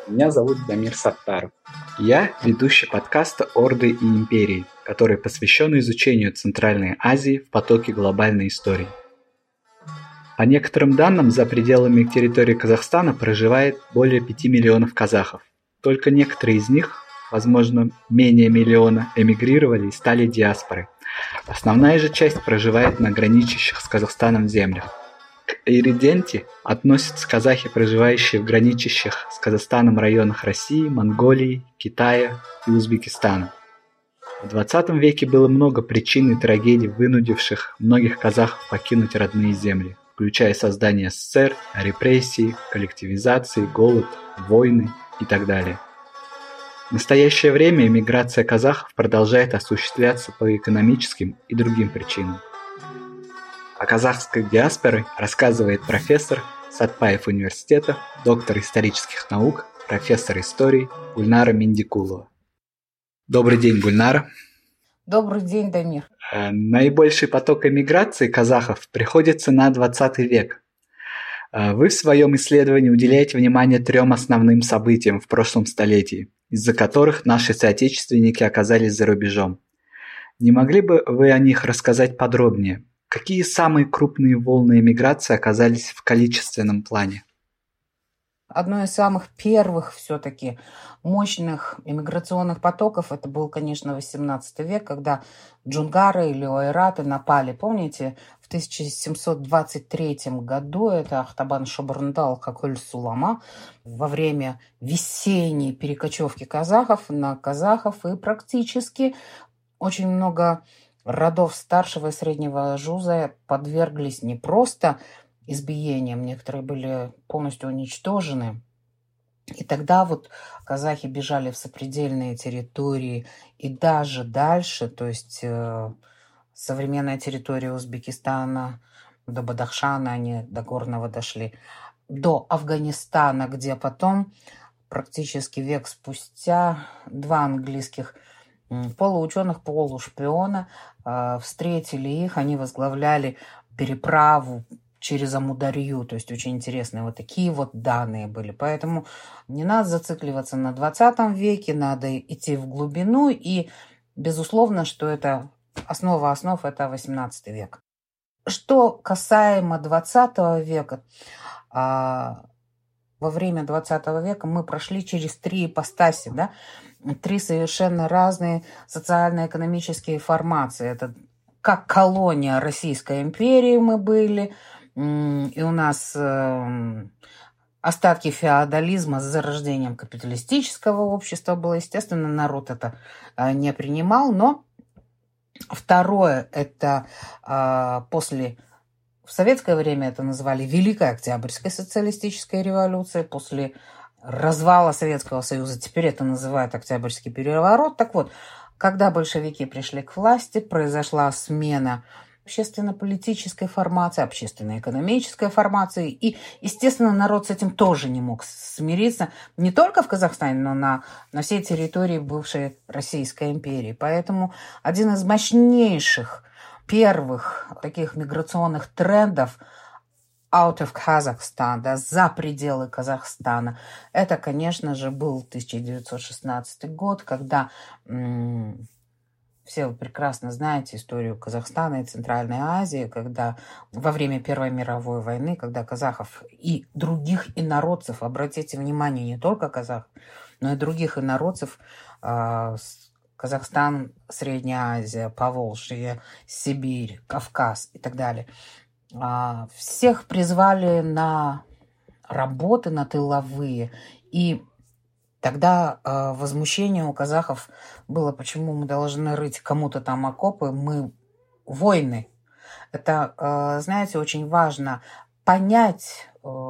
Меня зовут Дамир Саттаров. Я ведущий подкаста «Орды и империи», который посвящен изучению Центральной Азии в потоке глобальной истории. По некоторым данным, за пределами территории Казахстана проживает более 5 миллионов казахов. Только некоторые из них, возможно, менее миллиона, эмигрировали и стали диаспорой. Основная же часть проживает на граничащих с Казахстаном землях. К ириденти относятся казахи, проживающие в граничащих с Казахстаном районах России, Монголии, Китая и Узбекистана. В 20 веке было много причин и трагедий, вынудивших многих казахов покинуть родные земли, включая создание СССР, репрессии, коллективизации, голод, войны и так далее. В настоящее время эмиграция казахов продолжает осуществляться по экономическим и другим причинам. О казахской диаспоре рассказывает профессор Сатпаев университета, доктор исторических наук, профессор истории Гульнара Миндикулова. Добрый день, Гульнара. Добрый день, Дамир. Наибольший поток эмиграции казахов приходится на 20 век. Вы в своем исследовании уделяете внимание 3 основным событиям в прошлом столетии, из-за которых наши соотечественники оказались за рубежом. Не могли бы вы о них рассказать подробнее? Какие самые крупные волны эмиграции оказались в количественном плане? Одно из самых первых все-таки мощных эмиграционных потоков это был, конечно, XVIII век, когда джунгары или ойраты напали. Помните, в 1723 году это Ахтабан Шабарндал Хакуль-Сулама во время весенней перекочевки казахов на казахов, и практически очень много родов старшего и среднего жуза подверглись не просто избиениям, некоторые были полностью уничтожены. И тогда вот казахи бежали в сопредельные территории и даже дальше, то есть современная территория Узбекистана, до Бадахшана они до Горного дошли, до Афганистана, где потом практически век спустя 2 английских полуученых, полушпиона встретили их, они возглавляли переправу через Амударью, то есть очень интересные вот такие вот данные были. Поэтому не надо зацикливаться на 20 веке, надо идти в глубину, и безусловно, что это основа основ, это 18 век. Что касаемо 20 века, во время 20 века мы прошли через 3 ипостаси, да? 3 совершенно разные социально-экономические формации. Это как колония Российской империи мы были, и у нас остатки феодализма с зарождением капиталистического общества было. Естественно, народ это не принимал, но второе, это после... В советское время это называли Великой Октябрьской социалистической революцией. После развала Советского Союза теперь это называют Октябрьский переворот. Так вот, когда большевики пришли к власти, произошла смена общественно-политической формации, общественно-экономической формации. И, естественно, народ с этим тоже не мог смириться. Не только в Казахстане, но на всей территории бывшей Российской империи. Поэтому один из мощнейших первых таких миграционных трендов out of Kazakhstan, да, за пределы Казахстана, это, конечно же, был 1916 год, когда все вы прекрасно знаете историю Казахстана и Центральной Азии, когда во время Первой мировой войны, когда казахов и других инородцев, обратите внимание, не только казахов, но и других инородцев, Казахстан, Средняя Азия, Поволжье, Сибирь, Кавказ и так далее. Всех призвали на работы, на тыловые. И тогда возмущение у казахов было, почему мы должны рыть кому-то там окопы, мы воины. Это, знаете, очень важно понять...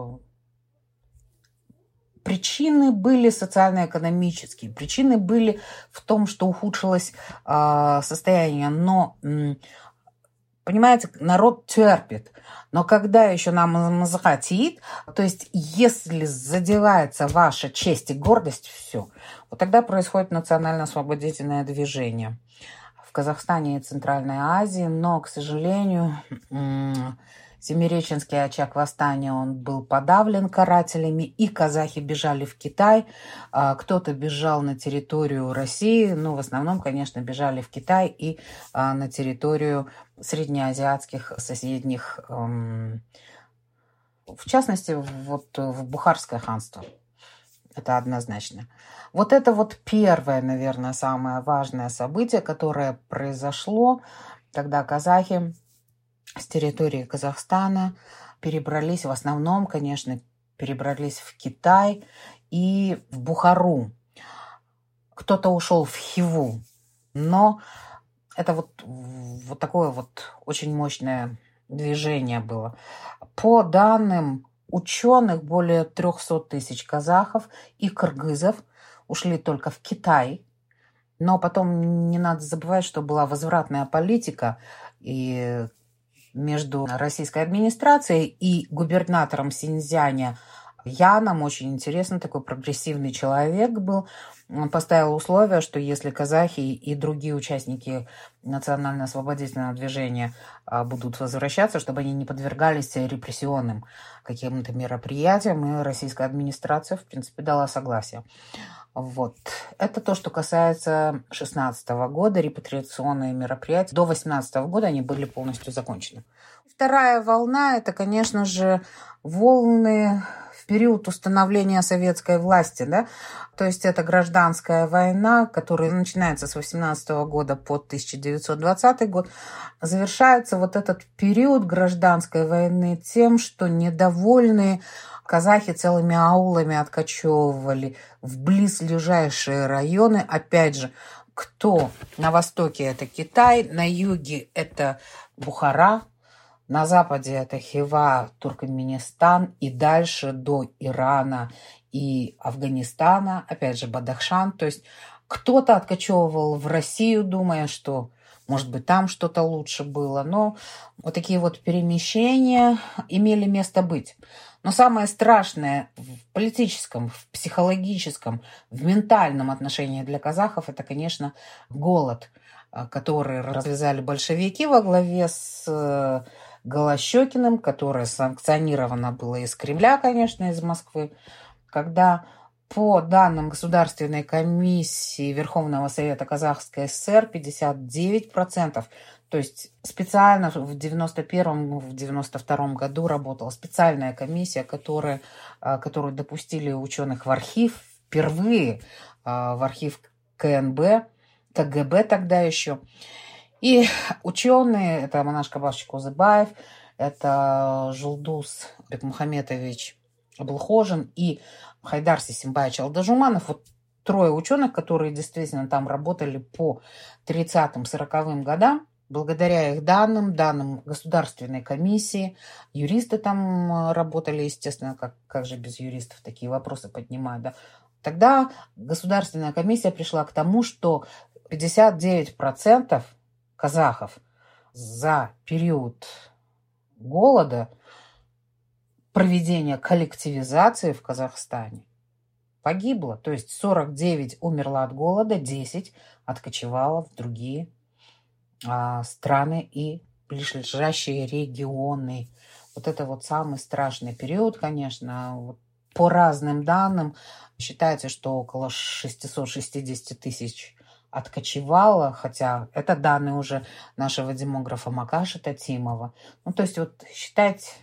Причины были социально-экономические, причины были в том, что ухудшилось состояние, но, понимаете, народ терпит. Но когда еще нам захотит, то есть если задевается ваша честь и гордость, все, вот тогда происходит национально-освободительное движение в Казахстане и Центральной Азии, но, к сожалению, Семиреченский очаг восстания, он был подавлен карателями, и казахи бежали в Китай. Кто-то бежал на территорию России, но в основном, конечно, бежали в Китай и на территорию среднеазиатских соседних, в частности, вот в Бухарское ханство. Это однозначно. Вот это вот первое, наверное, самое важное событие, которое произошло, когда казахи с территории Казахстана перебрались, в основном, конечно, перебрались в Китай и в Бухару. Кто-то ушел в Хиву, но это вот такое вот очень мощное движение было. По данным ученых, более 300 тысяч казахов и кыргызов ушли только в Китай. Но потом не надо забывать, что была возвратная политика, и между российской администрацией и губернатором Синьцзяня Яном, очень интересный такой прогрессивный человек был, он поставил условие, что если казахи и другие участники национально-освободительного движения будут возвращаться, чтобы они не подвергались репрессионным каким-то мероприятиям, и российская администрация, в принципе, дала согласие. Вот. Это то, что касается 2016 года, репатриационные мероприятия. До 2018 года они были полностью закончены. Вторая волна – это, конечно же, волны в период установления советской власти. Да? То есть это гражданская война, которая начинается с 18 года по 1920 год. Завершается вот этот период гражданской войны тем, что недовольные казахи целыми аулами откачевывали в близлежащие районы. Опять же, кто на востоке – это Китай, на юге – это Бухара, на западе – это Хива, Туркменистан и дальше до Ирана и Афганистана, опять же, Бадахшан. То есть кто-то откачевывал в Россию, думая, что, может быть, там что-то лучше было. Но вот такие вот перемещения имели место быть. Но самое страшное в политическом, в психологическом, в ментальном отношении для казахов – это, конечно, голод, который развязали большевики во главе с Голощёкиным, которое санкционировано было из Кремля, конечно, из Москвы, когда по данным Государственной комиссии Верховного Совета Казахской ССР 59%, то есть специально в 1991-1992 году работала специальная комиссия, которую допустили ученых в архив, впервые в архив КНБ, КГБ тогда еще. И ученые, это Манаш Кабашевич Козыбаев, это Жулдус Бекмухаметович Аблхожин и Хайдар Сисимбаевич Алдажуманов, вот трое ученых, которые действительно там работали по 30-40 годам, благодаря их данным Государственной комиссии, юристы там работали, естественно, как же без юристов такие вопросы поднимают, да. Тогда Государственная комиссия пришла к тому, что 59% казахов за период голода, проведения коллективизации в Казахстане погибло. То есть 49 умерло от голода, 10 откочевало в другие страны и ближайшие регионы. Вот это вот самый страшный период, конечно. Вот по разным данным считается, что около 660 тысяч откочевало, хотя это данные уже нашего демографа Макаши Татимова. Ну, то есть вот считать,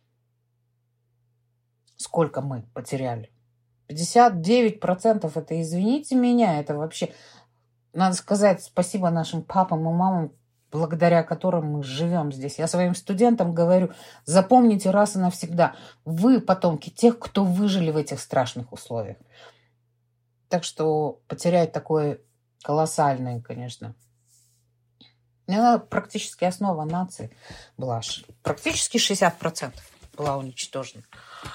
сколько мы потеряли. 59% это, извините меня, это вообще, надо сказать спасибо нашим папам и мамам, благодаря которым мы живем здесь. Я своим студентам говорю, запомните раз и навсегда, вы потомки тех, кто выжили в этих страшных условиях. Так что потерять такое колоссальное, конечно. Она практически основа нации была. Практически 60% была уничтожена.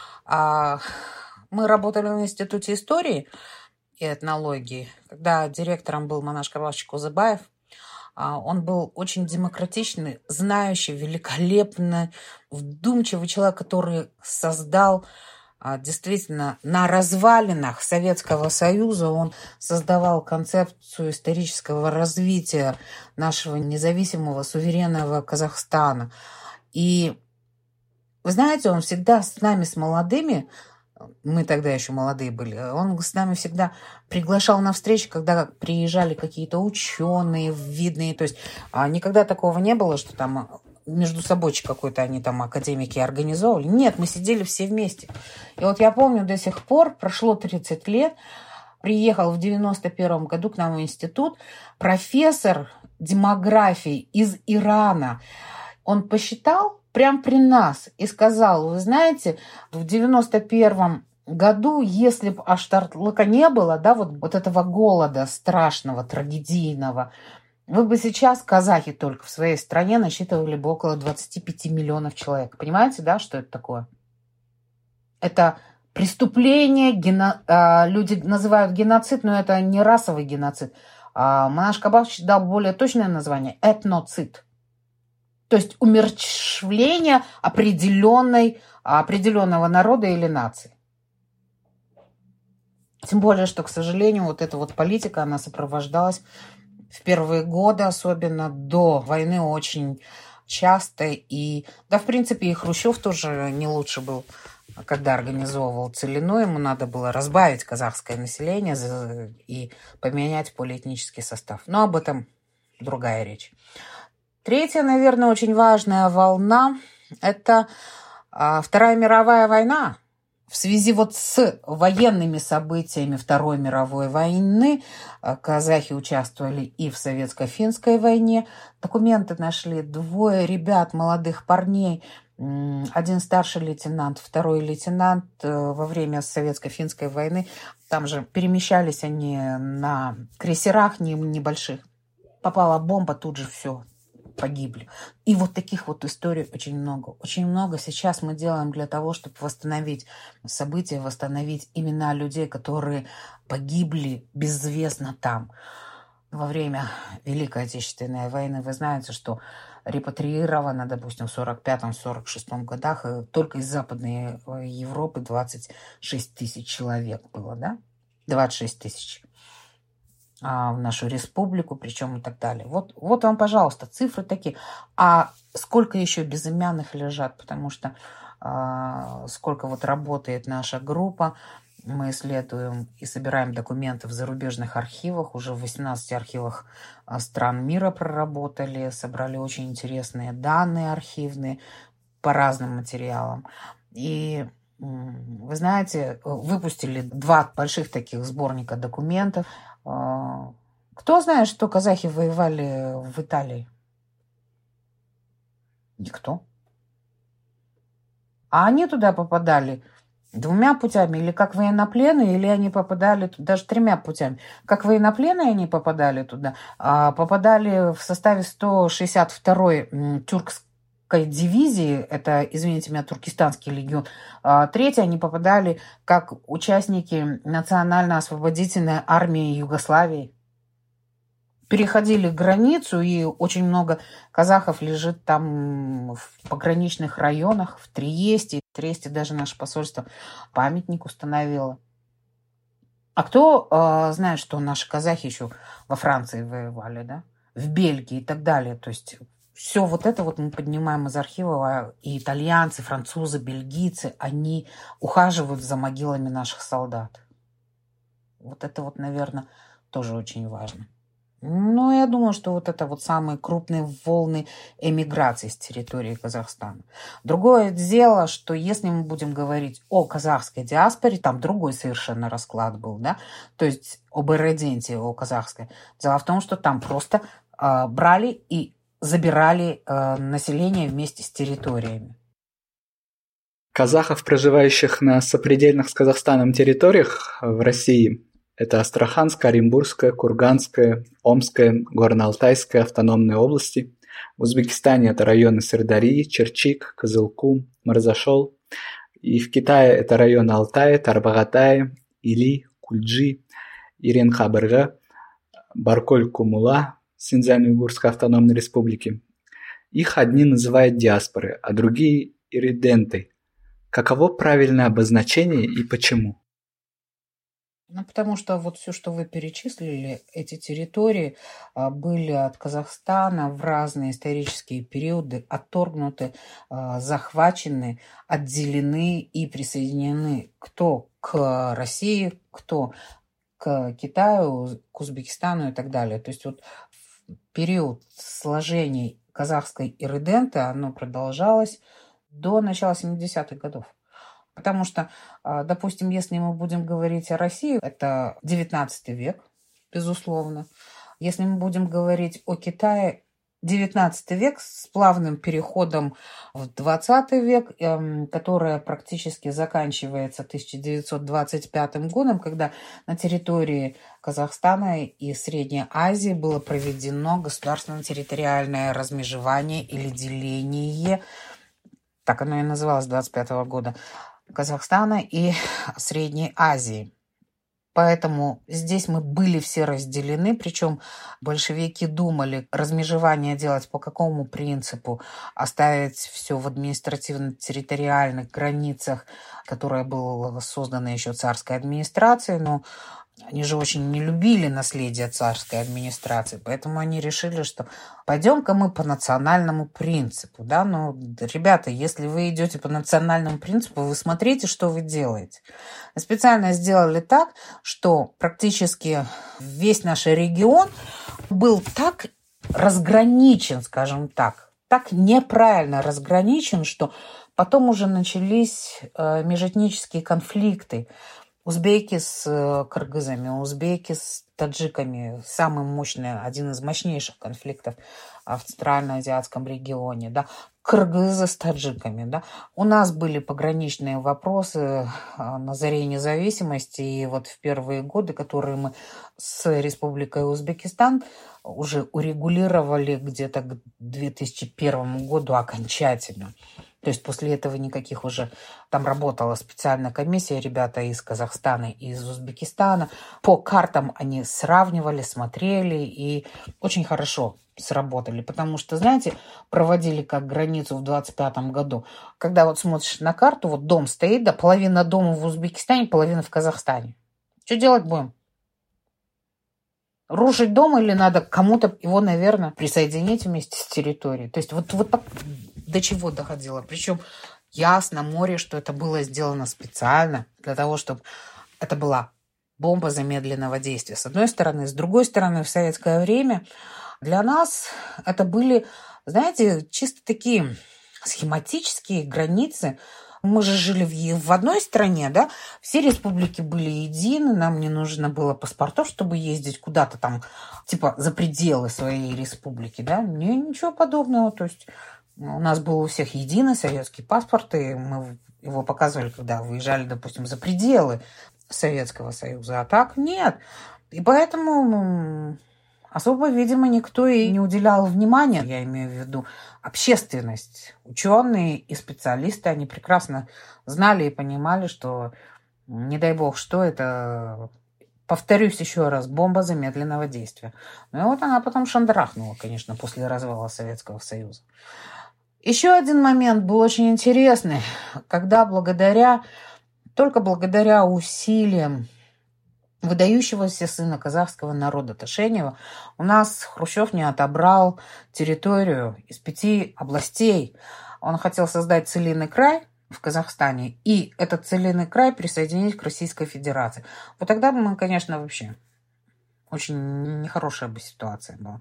Мы работали в Институте истории и этнологии, когда директором был Манаш Кабашевич Козыбаев. Он был очень демократичный, знающий, великолепно вдумчивый человек, который создал действительно на развалинах Советского Союза. Он создавал концепцию исторического развития нашего независимого суверенного Казахстана. И Вы знаете, он всегда с нами, с молодыми, мы тогда еще молодые были, он с нами всегда приглашал на встречи, когда приезжали какие-то ученые видные. То есть никогда такого не было, что там между собой какой-то они там академики организовывали. Нет, мы сидели все вместе. И вот я помню до сих пор, прошло 30 лет, приехал в 91 году к нам в институт профессор демографии из Ирана. Он посчитал прямо при нас и сказал: вы знаете, в 91 году, если бы Аштарлыка не было, да, вот этого голода страшного, трагедийного, вы бы сейчас, казахи только в своей стране, насчитывали бы около 25 миллионов человек. Понимаете, да, что это такое? Это преступление, люди называют геноцид, но это не расовый геноцид. Манаш Кабаевич дал более точное название – этноцид. То есть умерщвление определенного народа или нации. Тем более, что, к сожалению, вот эта вот политика, она сопровождалась в первые годы, особенно до войны, очень часто. И, да, в принципе, и Хрущев тоже не лучше был, когда организовывал Целину. Ему надо было разбавить казахское население и поменять полиэтнический состав. Но об этом другая речь. Третья, наверное, очень важная волна – это Вторая мировая война. В связи вот с военными событиями Второй мировой войны казахи участвовали и в советско-финской войне. Документы нашли 2 ребят, молодых парней. Один старший лейтенант, второй лейтенант во время советско-финской войны. Там же перемещались они на крейсерах небольших. Попала бомба, тут же все, погибли. И вот таких вот историй очень много. Очень много сейчас мы делаем для того, чтобы восстановить события, восстановить имена людей, которые погибли безвестно там. Во время Великой Отечественной войны вы знаете, что репатриировано, допустим, в 1945-1946 годах только из Западной Европы 26 тысяч человек было, да? 26 тысяч. В нашу республику, причем и так далее. Вот вам, пожалуйста, цифры такие. А сколько еще безымянных лежат, потому что сколько вот работает наша группа, мы исследуем и собираем документы в зарубежных архивах, уже в 18 архивах стран мира проработали, собрали очень интересные данные архивные по разным материалам. И вы знаете, выпустили 2 больших таких сборника документов. Кто знает, что казахи воевали в Италии? Никто. А они туда попадали 2 путями, или как военнопленные, или они попадали даже 3 путями. Как военнопленные они попадали туда, попадали в составе 162-й тюркской дивизии, это, извините меня, Туркестанский легион. 3 они попадали как участники Национально-освободительной армии Югославии. Переходили границу, и очень много казахов лежит там в пограничных районах, в Триесте. В Триесте даже наше посольство памятник установило. А кто знает, что наши казахи еще во Франции воевали, да? В Бельгии и так далее. То есть все вот это вот мы поднимаем из архива, и итальянцы, французы, бельгийцы, они ухаживают за могилами наших солдат. Вот это вот, наверное, тоже очень важно. Ну, я думаю, что вот это вот самые крупные волны эмиграции с территории Казахстана. Другое дело, что если мы будем говорить о казахской диаспоре, там другой совершенно расклад был, да, то есть об ирреденте, о казахской. Дело в том, что там просто брали и забирали население вместе с территориями. Казахов, проживающих на сопредельных с Казахстаном территориях в России, это Астраханская, Оренбургская, Курганская, Омская, Горно-Алтайская автономные области. В Узбекистане это районы Сырдарьи, Черчик, Кызылкум, Марзашол. И в Китае это районы Алтая, Тарбағатай, Или, Кульджи, Ирен-Хабырга, Барколь-Кумула, Синьцзянь-Уйгурской автономной республики. Их одни называют диаспоры, а другие – ирреденты. Каково правильное обозначение и почему? Ну, потому что вот все, что вы перечислили, эти территории были от Казахстана в разные исторические периоды отторгнуты, захвачены, отделены и присоединены кто к России, кто к Китаю, к Узбекистану и так далее. То есть вот период сложений казахской ирреденты, оно продолжалось до начала 70-х годов. Потому что, допустим, если мы будем говорить о России, это XIX век, безусловно. Если мы будем говорить о Китае, XIX век с плавным переходом в XX век, которая практически заканчивается 1925 годом, когда на территории Казахстана и Средней Азии было проведено государственно-территориальное размежевание или деление, так оно и называлось, 25 года, Казахстана и Средней Азии. Поэтому здесь мы были все разделены, причем большевики думали размежевание делать по какому принципу, оставить все в административно-территориальных границах, которое было создано еще царской администрацией, но они же очень не любили наследие царской администрации, поэтому они решили, что пойдем-ка мы по национальному принципу. Да? Но, ребята, если вы идете по национальному принципу, вы смотрите, что вы делаете. Специально сделали так, что практически весь наш регион был так разграничен, скажем так неправильно разграничен, что потом уже начались межэтнические конфликты. Узбеки с кыргызами, узбеки с таджиками. Самый мощный, один из мощнейших конфликтов в Центральноазиатском регионе. Да. Кыргызы с таджиками. Да. У нас были пограничные вопросы на заре независимости. И вот в первые годы, которые мы с Республикой Узбекистан уже урегулировали где-то к 2001 году окончательно. То есть после этого никаких уже... Там работала специальная комиссия, ребята из Казахстана и из Узбекистана. По картам они сравнивали, смотрели и очень хорошо сработали. Потому что, знаете, проводили как границу в 25 году. Когда вот смотришь на карту, вот дом стоит, да, половина дома в Узбекистане, половина в Казахстане. Что делать будем? Рушить дом или надо кому-то его, наверное, присоединить вместе с территорией? То есть вот так до чего доходило. Причем ясно море, что это было сделано специально для того, чтобы это была бомба замедленного действия. С одной стороны. С другой стороны, в советское время для нас это были, знаете, чисто такие схематические границы. Мы же жили в одной стране, да, все республики были едины, нам не нужно было паспортов, чтобы ездить куда-то там, типа, за пределы своей республики, да, ничего подобного, то есть у нас был у всех единый советский паспорт, и мы его показывали, когда выезжали, допустим, за пределы Советского Союза, а так нет, и поэтому... Особо, видимо, никто и не уделял внимания, я имею в виду общественность. Ученые и специалисты, они прекрасно знали и понимали, что, не дай бог, что это, повторюсь еще раз, бомба замедленного действия. Ну и вот она потом шандарахнула, конечно, после развала Советского Союза. Еще один момент был очень интересный, когда только благодаря усилиям выдающегося сына казахского народа Ташенева у нас Хрущев не отобрал территорию из 5 областей. Он хотел создать целинный край в Казахстане и этот целинный край присоединить к Российской Федерации. Вот тогда бы мы, конечно, вообще очень нехорошая бы ситуация была.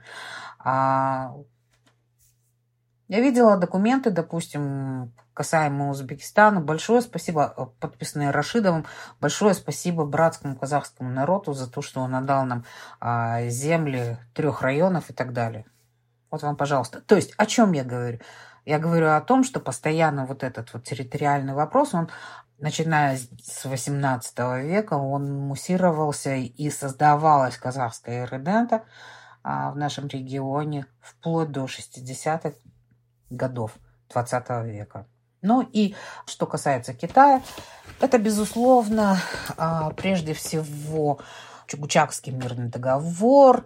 Я видела документы, допустим, касаемо Узбекистана. Большое спасибо, подписанные Рашидовым. Большое спасибо братскому казахскому народу за то, что он отдал нам земли 3 районов и так далее. Вот вам, пожалуйста. То есть, о чем я говорю? Я говорю о том, что постоянно вот этот вот территориальный вопрос, он, начиная с 18 века, он муссировался и создавалась казахская ирредента в нашем регионе вплоть до 60-х годов 20 века. Ну и что касается Китая, это, безусловно, прежде всего Чугучакский мирный договор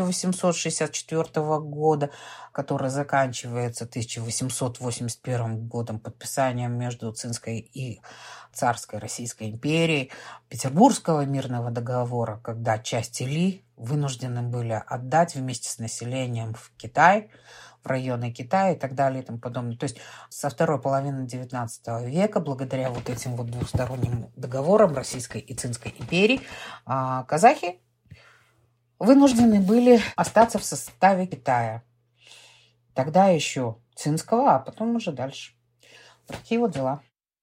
1864 года, который заканчивается 1881 годом подписанием между Цинской и Царской Российской империей, Петербургского мирного договора, когда части Ли вынуждены были отдать вместе с населением в Китай, в районы Китая и так далее и тому подобное. То есть со второй половины XIX века, благодаря вот этим вот двухсторонним договорам Российской и Цинской империи, казахи вынуждены были остаться в составе Китая. Тогда еще Цинского, а потом уже дальше. Такие вот дела.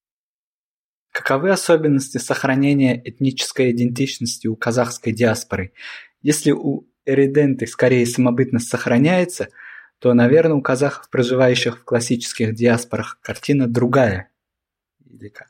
Каковы особенности сохранения этнической идентичности у казахской диаспоры? Если у ирреденты скорее самобытность сохраняется, то, наверное, у казахов, проживающих в классических диаспорах, картина другая. Или как?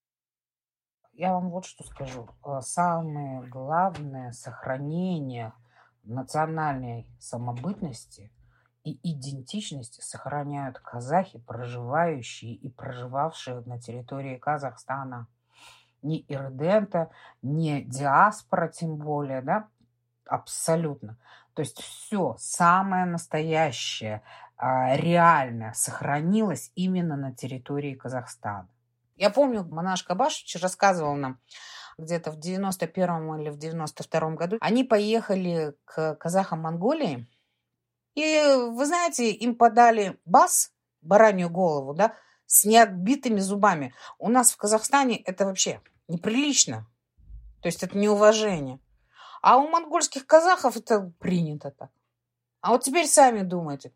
Я вам вот что скажу. Самое главное сохранение национальной самобытности и идентичности сохраняют казахи, проживающие и проживавшие на территории Казахстана. Не ирредента, не диаспора тем более, да? Абсолютно. То есть все самое настоящее, реальное сохранилось именно на территории Казахстана. Я помню, монашка Башевич рассказывал нам где-то в 91 или в 92 году. Они поехали к казахам Монголии, и, вы знаете, им подали бас, баранью голову, да, с неотбитыми зубами. У нас в Казахстане это вообще неприлично. То есть это неуважение. А у монгольских казахов это принято так. А вот теперь сами думайте.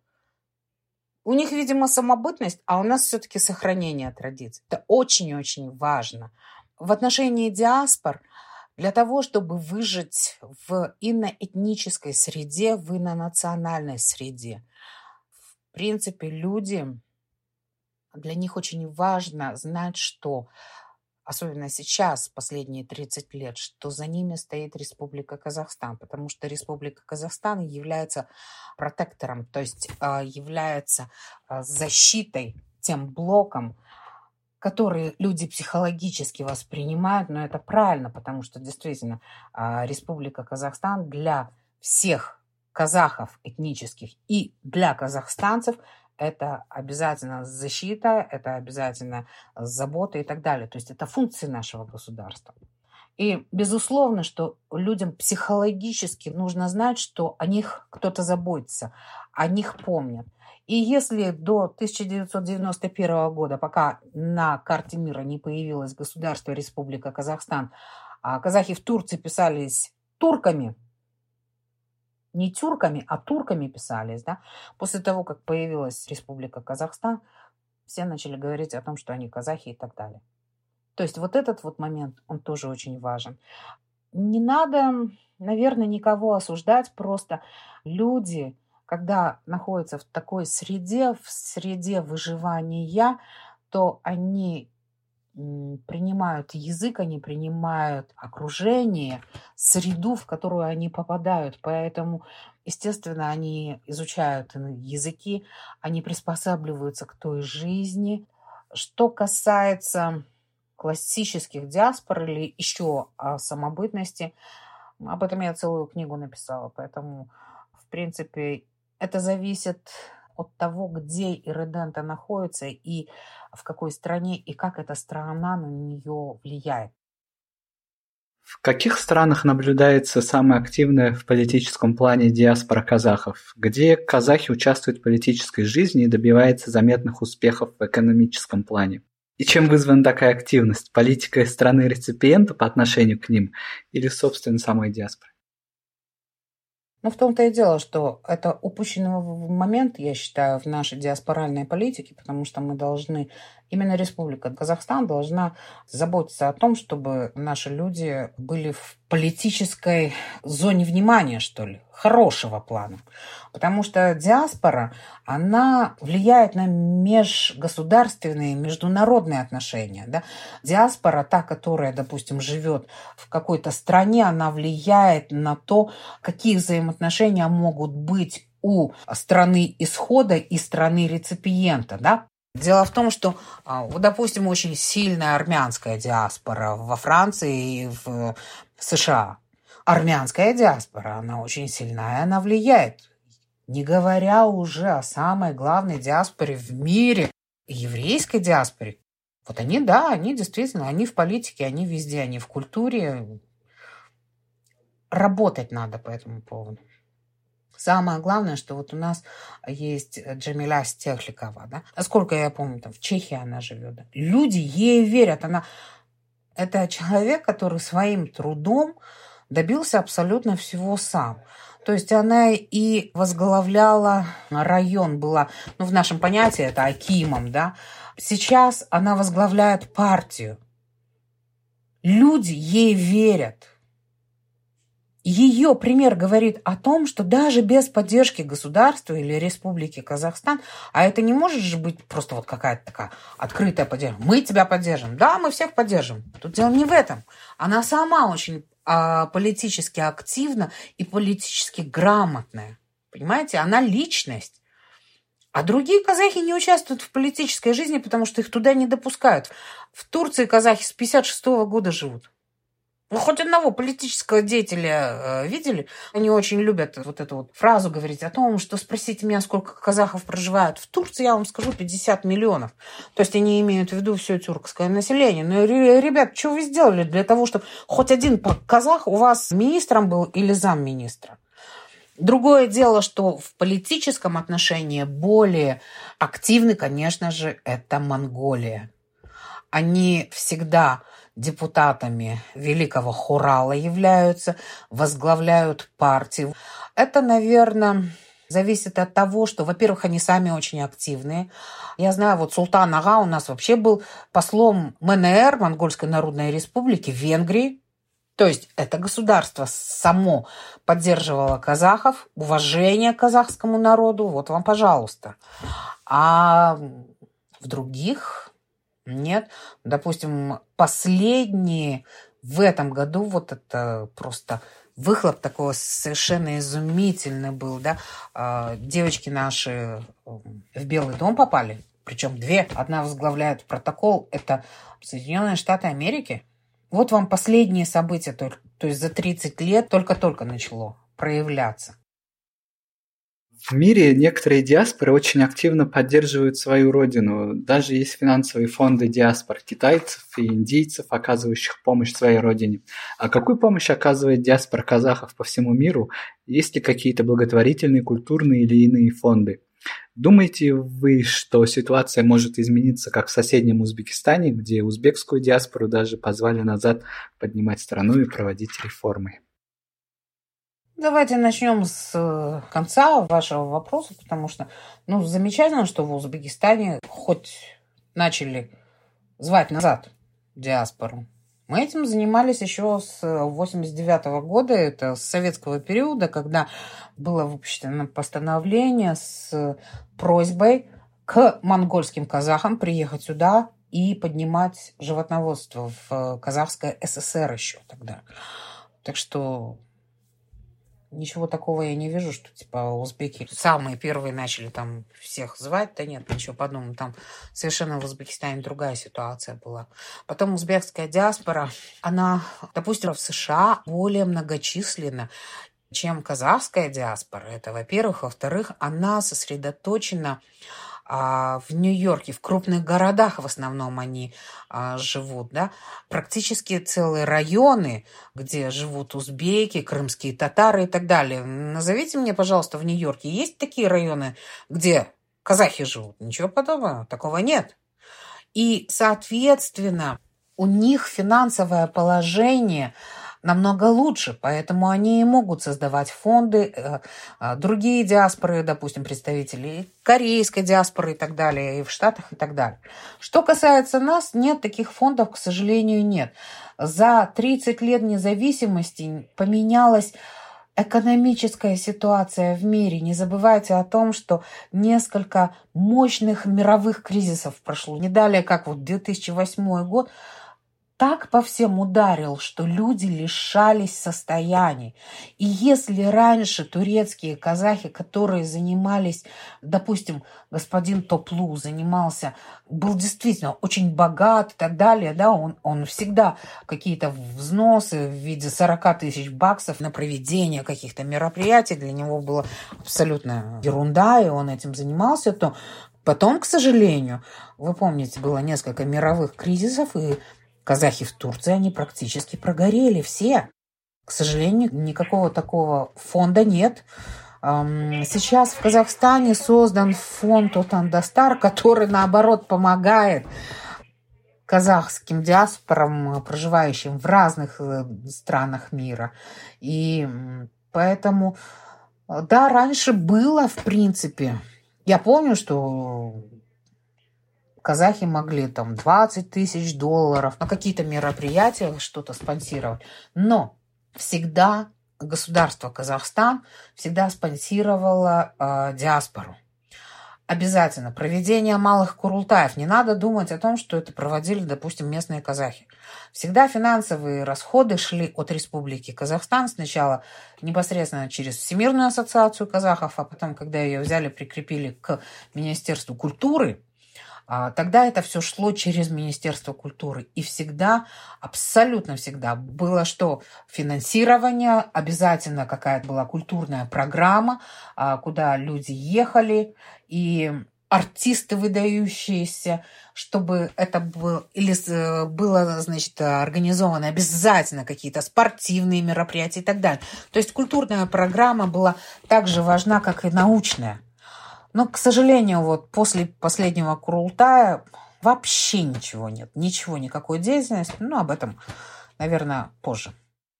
У них, видимо, самобытность, а у нас все-таки сохранение традиций. Это очень-очень важно. В отношении диаспор, для того, чтобы выжить в иноэтнической среде, в инонациональной среде, в принципе, люди, для них очень важно знать, что, особенно сейчас, последние 30 лет, что за ними стоит Республика Казахстан, потому что Республика Казахстан является протектором, то есть является защитой, тем блоком, который люди психологически воспринимают, но это правильно, потому что действительно Республика Казахстан для всех казахов этнических и для казахстанцев это обязательно защита, это обязательно забота и так далее. То есть это функции нашего государства. И безусловно, что людям психологически нужно знать, что о них кто-то заботится, о них помнят. И если до 1991 года, пока на карте мира не появилось государство Республика Казахстан, казахи в Турции писались турками, не тюрками, а турками писались, да? После того, как появилась Республика Казахстан, все начали говорить о том, что они казахи и так далее. То есть вот этот вот момент, он тоже очень важен. Не надо, наверное, никого осуждать, просто люди, когда находятся в такой среде, в среде выживания, то они принимают язык, они принимают окружение, среду, в которую они попадают. Поэтому, естественно, они изучают языки, они приспосабливаются к той жизни. Что касается классических диаспор или еще о самобытности, об этом я целую книгу написала. Поэтому, в принципе, это зависит от того, где ирредента находится и в какой стране, и как эта страна на нее влияет. В каких странах наблюдается самая активная в политическом плане диаспора казахов? Где казахи участвуют в политической жизни и добиваются заметных успехов в экономическом плане? И чем вызвана такая активность? Политикой страны-реципиента по отношению к ним или, собственно, самой диаспоры? Но в том-то и дело, что это упущенный момент, я считаю, в нашей диаспоральной политике, потому что мы должны, именно Республика Казахстан должна заботиться о том, чтобы наши люди были в политической зоне внимания, что ли, хорошего плана. Потому что диаспора, она влияет на межгосударственные, международные отношения. Да? Диаспора, та, которая, допустим, живет в какой-то стране, она влияет на то, какие взаимоотношения могут быть у страны исхода и страны реципиента. Да? Дело в том, что, допустим, очень сильная армянская диаспора во Франции и в США. Армянская диаспора, она очень сильная, она влияет. Не говоря уже о самой главной диаспоре в мире, еврейской диаспоре. Вот они, да, они действительно, они в политике, они везде, они в культуре. Работать надо по этому поводу. Самое главное, что вот у нас есть Джамиля Стехликова, да? Насколько я помню, там в Чехии она живет. Да? Люди ей верят. Это человек, который своим трудом добился абсолютно всего сам. То есть она и возглавляла район, была, в нашем понятии это акимом, да. Сейчас она возглавляет партию. Люди ей верят. Ее пример говорит о том, что даже без поддержки государства или Республики Казахстан, а это не может же быть просто вот какая-то такая открытая поддержка. Мы тебя поддержим. Да, мы всех поддержим. Тут дело не в этом. Она сама очень политически активна и политически грамотная. Понимаете? Она личность. А другие казахи не участвуют в политической жизни, потому что их туда не допускают. В Турции казахи с 1956 года живут. Вы хоть одного политического деятеля видели? Они очень любят вот эту вот фразу говорить о том, что спросите меня, сколько казахов проживают в Турции, я вам скажу 50 миллионов. То есть они имеют в виду все тюркское население. Но, ребят, что вы сделали для того, чтобы хоть один казах у вас министром был или замминистра? Другое дело, что в политическом отношении более активны, конечно же, это Монголия. Они всегда депутатами Великого Хурала являются, возглавляют партию. Это, наверное, зависит от того, что, во-первых, они сами очень активные. Я знаю, вот Султан Ага у нас вообще был послом МНР, Монгольской Народной Республики, в Венгрии. То есть это государство само поддерживало казахов, уважение к казахскому народу. Вот вам, пожалуйста. А в других... Нет. Допустим, последние в этом году, вот это просто выхлоп такой совершенно изумительный был, да. Девочки наши в Белый дом попали, причем две. Одна возглавляет протокол, это Соединенные Штаты Америки. Вот вам последние события, то есть за 30 лет только-только начало проявляться. В мире некоторые диаспоры очень активно поддерживают свою родину. Даже есть финансовые фонды диаспор китайцев и индийцев, оказывающих помощь своей родине. А какую помощь оказывает диаспора казахов по всему миру? Есть ли какие-то благотворительные, культурные или иные фонды? Думаете вы, что ситуация может измениться, как в соседнем Узбекистане, где узбекскую диаспору даже позвали назад поднимать страну и проводить реформы? Давайте начнем с конца вашего вопроса, потому что, замечательно, что в Узбекистане хоть начали звать назад диаспору. Мы этим занимались еще с 1989 года, это с советского периода, когда было выпущено постановление с просьбой к монгольским казахам приехать сюда и поднимать животноводство в Казахское ССР еще тогда. Так что... Ничего такого я не вижу, что узбеки самые первые начали там всех звать. Да нет, ничего подобного. Там совершенно в Узбекистане другая ситуация была. Потом узбекская диаспора, она, допустим, в США более многочисленна, чем казахская диаспора. Это, во-первых. Во-вторых, она сосредоточена в Нью-Йорке, в крупных городах в основном они живут, да, практически целые районы, где живут узбеки, крымские татары и так далее. Назовите мне, пожалуйста, в Нью-Йорке есть такие районы, где казахи живут? Ничего подобного, такого нет. И, соответственно, у них финансовое положение намного лучше, поэтому они и могут создавать фонды, другие диаспоры, допустим, представители корейской диаспоры и так далее, и в Штатах и так далее. Что касается нас, нет, таких фондов, к сожалению, нет. За 30 лет независимости поменялась экономическая ситуация в мире. Не забывайте о том, что несколько мощных мировых кризисов прошло. Не далее, как 2008 год, так по всем ударил, что люди лишались состояний. И если раньше турецкие казахи, которые занимались, допустим, господин Топлу занимался, был действительно очень богат и так далее, да, он всегда какие-то взносы в виде 40 тысяч баксов на проведение каких-то мероприятий, для него было абсолютно ерунда, и он этим занимался, то потом, к сожалению, вы помните, было несколько мировых кризисов, и казахи в Турции, они практически прогорели все. К сожалению, никакого такого фонда нет. Сейчас в Казахстане создан фонд Отандастар, который, наоборот, помогает казахским диаспорам, проживающим в разных странах мира. И поэтому, да, раньше было, в принципе. Я помню, что казахи могли там 20 тысяч долларов на какие-то мероприятия что-то спонсировать. Но всегда государство Казахстан всегда спонсировало диаспору. Обязательно. Проведение малых курултаев. Не надо думать о том, что это проводили, допустим, местные казахи. Всегда финансовые расходы шли от Республики Казахстан. Сначала непосредственно через Всемирную ассоциацию казахов, а потом, когда ее взяли, прикрепили к Министерству культуры, тогда это все шло через Министерство культуры. И всегда, абсолютно всегда было что? Финансирование, обязательно какая-то была культурная программа, куда люди ехали, и артисты выдающиеся, чтобы это было, или было, значит, организовано обязательно какие-то спортивные мероприятия и так далее. То есть культурная программа была так же важна, как и научная. Но, к сожалению, вот после последнего Курултая вообще ничего нет. Ничего, никакой деятельности. Ну, об этом, наверное, позже.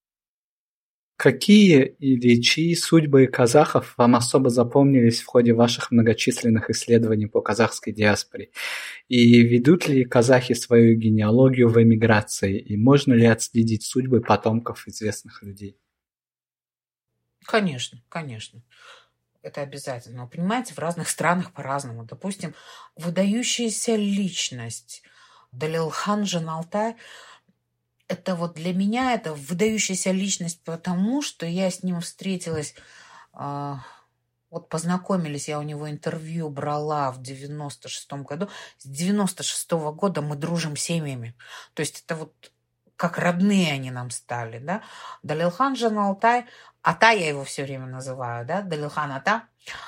Какие или чьи судьбы казахов вам особо запомнились в ходе ваших многочисленных исследований по казахской диаспоре? И ведут ли казахи свою генеалогию в эмиграции? И можно ли отследить судьбы потомков известных людей? Конечно, конечно. Это обязательно. Но, понимаете, в разных странах по-разному. Допустим, выдающаяся личность Далилхан Жаналтай, это вот для меня это выдающаяся личность, потому что я с ним встретилась, вот познакомились, я у него интервью брала в 96-м году. С 96-го года мы дружим семьями. То есть это вот как родные они нам стали, да. Далилхан Жаналтай, Ата я его все время называю, да, Далилхан Ата.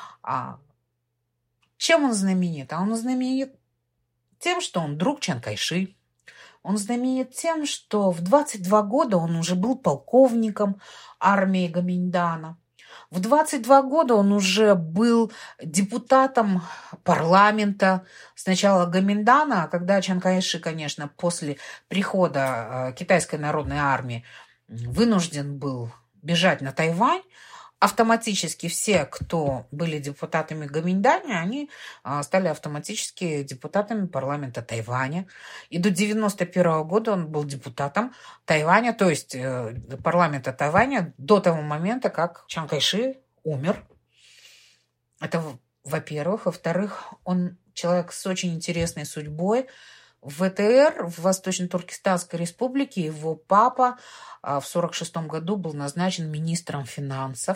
Чем он знаменит? Он знаменит тем, что он друг Чан Кайши. Он знаменит тем, что в 22 года он уже был полковником армии Гаминдана. В 22 года он уже был депутатом парламента сначала Гаминдана, а когда Чан Кайши, конечно, после прихода Китайской народной армии вынужден был бежать на Тайвань, автоматически все, кто были депутатами Гаминдана, они стали автоматически депутатами парламента Тайваня. И до 91 года он был депутатом Тайваня, то есть парламента Тайваня до того момента, как Чан Кайши умер. Это, во-первых. Во-вторых, он человек с очень интересной судьбой. В ВТР, в Восточно-Туркестанской республике, его папа в 1946 году был назначен министром финансов.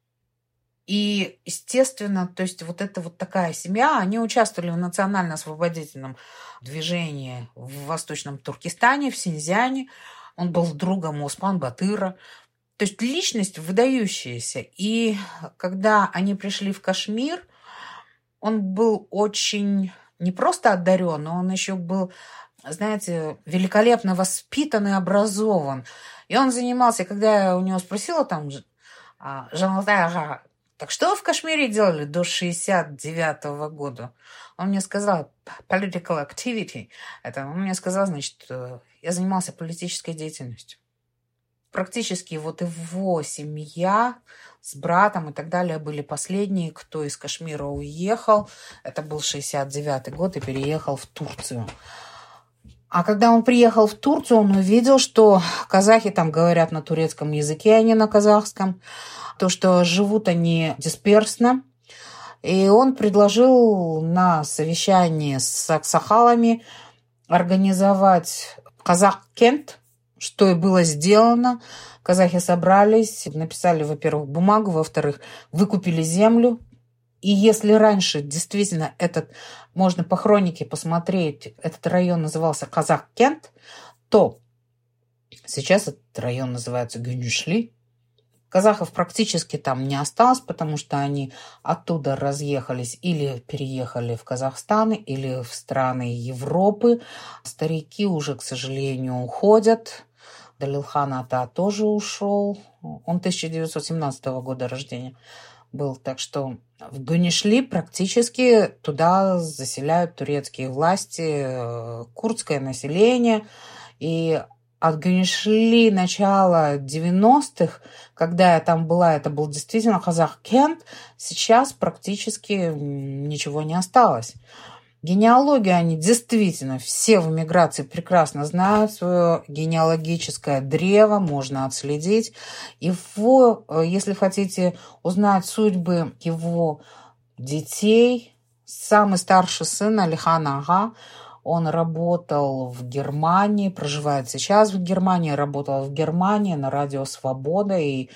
И, естественно, то есть вот эта вот такая семья, они участвовали в национально-освободительном движении в Восточном Туркестане, в Синьцзяне. Он был другом Осман Батыра. То есть личность выдающаяся. И когда они пришли в Кашмир, он был очень не просто одарен, но он еще был, знаете, великолепно воспитан и образован. И он занимался, когда я у него спросила там, Жаналтай, ага, так что вы в Кашмире делали до 69 года? Он мне сказал, political activity. Это он мне сказал, значит, я занимался политической деятельностью. Практически вот его семья с братом и так далее были последние, кто из Кашмира уехал. Это был 69 год и переехал в Турцию. А когда он приехал в Турцию, он увидел, что казахи там говорят на турецком языке, а не на казахском. То, что живут они дисперсно. И он предложил на совещании с аксахалами организовать Казах-Кент, что и было сделано. Казахи собрались, написали, во-первых, бумагу, во-вторых, выкупили землю. И если раньше действительно можно по хронике посмотреть, этот район назывался Казах-Кент, то сейчас этот район называется Гюнюшли. Казахов практически там не осталось, потому что они оттуда разъехались или переехали в Казахстан, или в страны Европы. Старики уже, к сожалению, уходят. Далилхан Ата тоже ушел. Он 1917 года рождения был. Так что в Гюнюшли практически туда заселяют турецкие власти, курдское население. И от Гюнюшли начала 90-х, когда я там была, это был действительно Казах-Кент, сейчас практически ничего не осталось. Генеалогию они действительно все в эмиграции прекрасно знают, свое генеалогическое древо можно отследить. Его, если хотите узнать судьбы его детей, самый старший сын Алихан Ага, он работал в Германии, проживает сейчас в Германии, работал в Германии на радио «Свобода», и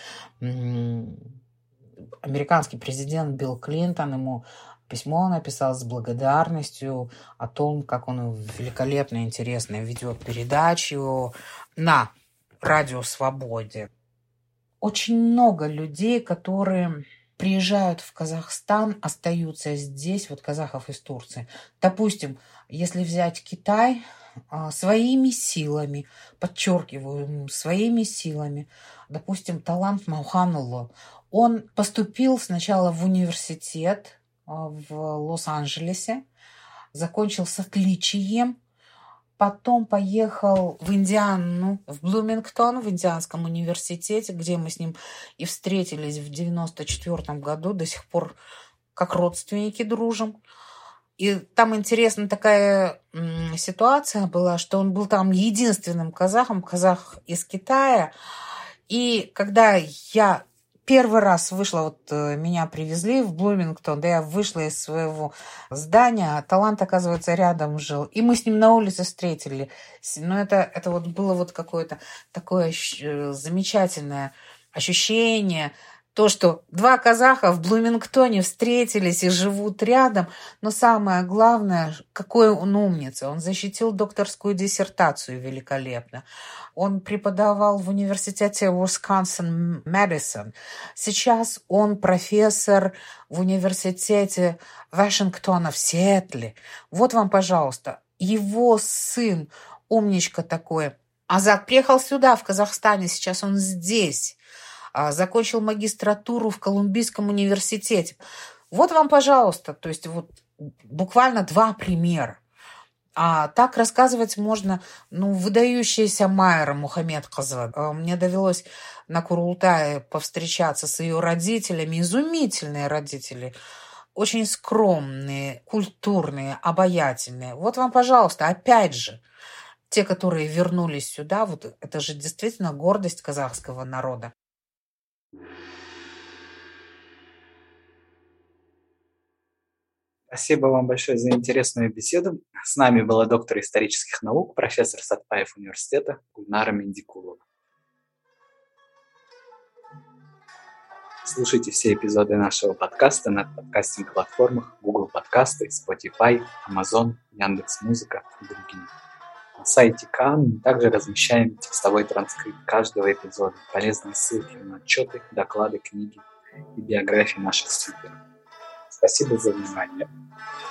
американский президент Билл Клинтон ему письмо написал с благодарностью о том, как он великолепно, интересно ведет передачу на радио «Свободе». Очень много людей, которые приезжают в Казахстан, остаются здесь, вот казахов из Турции. Допустим, если взять Китай, своими силами, подчеркиваю, своими силами, допустим, Талант Мауханулло, он поступил сначала в университет в Лос-Анджелесе, закончил с отличием, потом поехал в Индиану, в Блумингтон, в Индианском университете, где мы с ним и встретились в 94 году, до сих пор как родственники дружим. И там интересная такая ситуация была, что он был там единственным казахом, казах из Китая. И когда я первый раз вышла, вот меня привезли в Блумингтон, да, я вышла из своего здания, Талант, оказывается, рядом жил, и мы с ним на улице встретились. Но это вот было вот какое-то такое замечательное ощущение, то, что два казаха в Блумингтоне встретились и живут рядом, но самое главное, какой он умница. Он защитил докторскую диссертацию великолепно. Он преподавал в университете Уисконсин-Мэдисон. Сейчас он профессор в университете Вашингтона в Сиэтле. Вот вам, пожалуйста, его сын, умничка такой. Азат приехал сюда, в Казахстане, сейчас он здесь. Закончил магистратуру в Колумбийском университете. Вот вам, пожалуйста, то есть вот буквально два примера. А так рассказывать можно, выдающаяся Майра Мухаммедқызы. Мне довелось на Курултае повстречаться с ее родителями. Изумительные родители. Очень скромные, культурные, обаятельные. Вот вам, пожалуйста, опять же, те, которые вернулись сюда, вот это же действительно гордость казахского народа. Спасибо вам большое за интересную беседу. С нами была доктор исторических наук, профессор Сатпаев университета Гульнара Мендикулова. Слушайте все эпизоды нашего подкаста на подкастинг-платформах Google Подкасты, Spotify, Amazon, Яндекс.Музыка и другие. На сайте КААН мы также размещаем текстовой транскрипт каждого эпизода, полезные ссылки на отчеты, доклады, книги и биографии наших спикеров. Спасибо за внимание.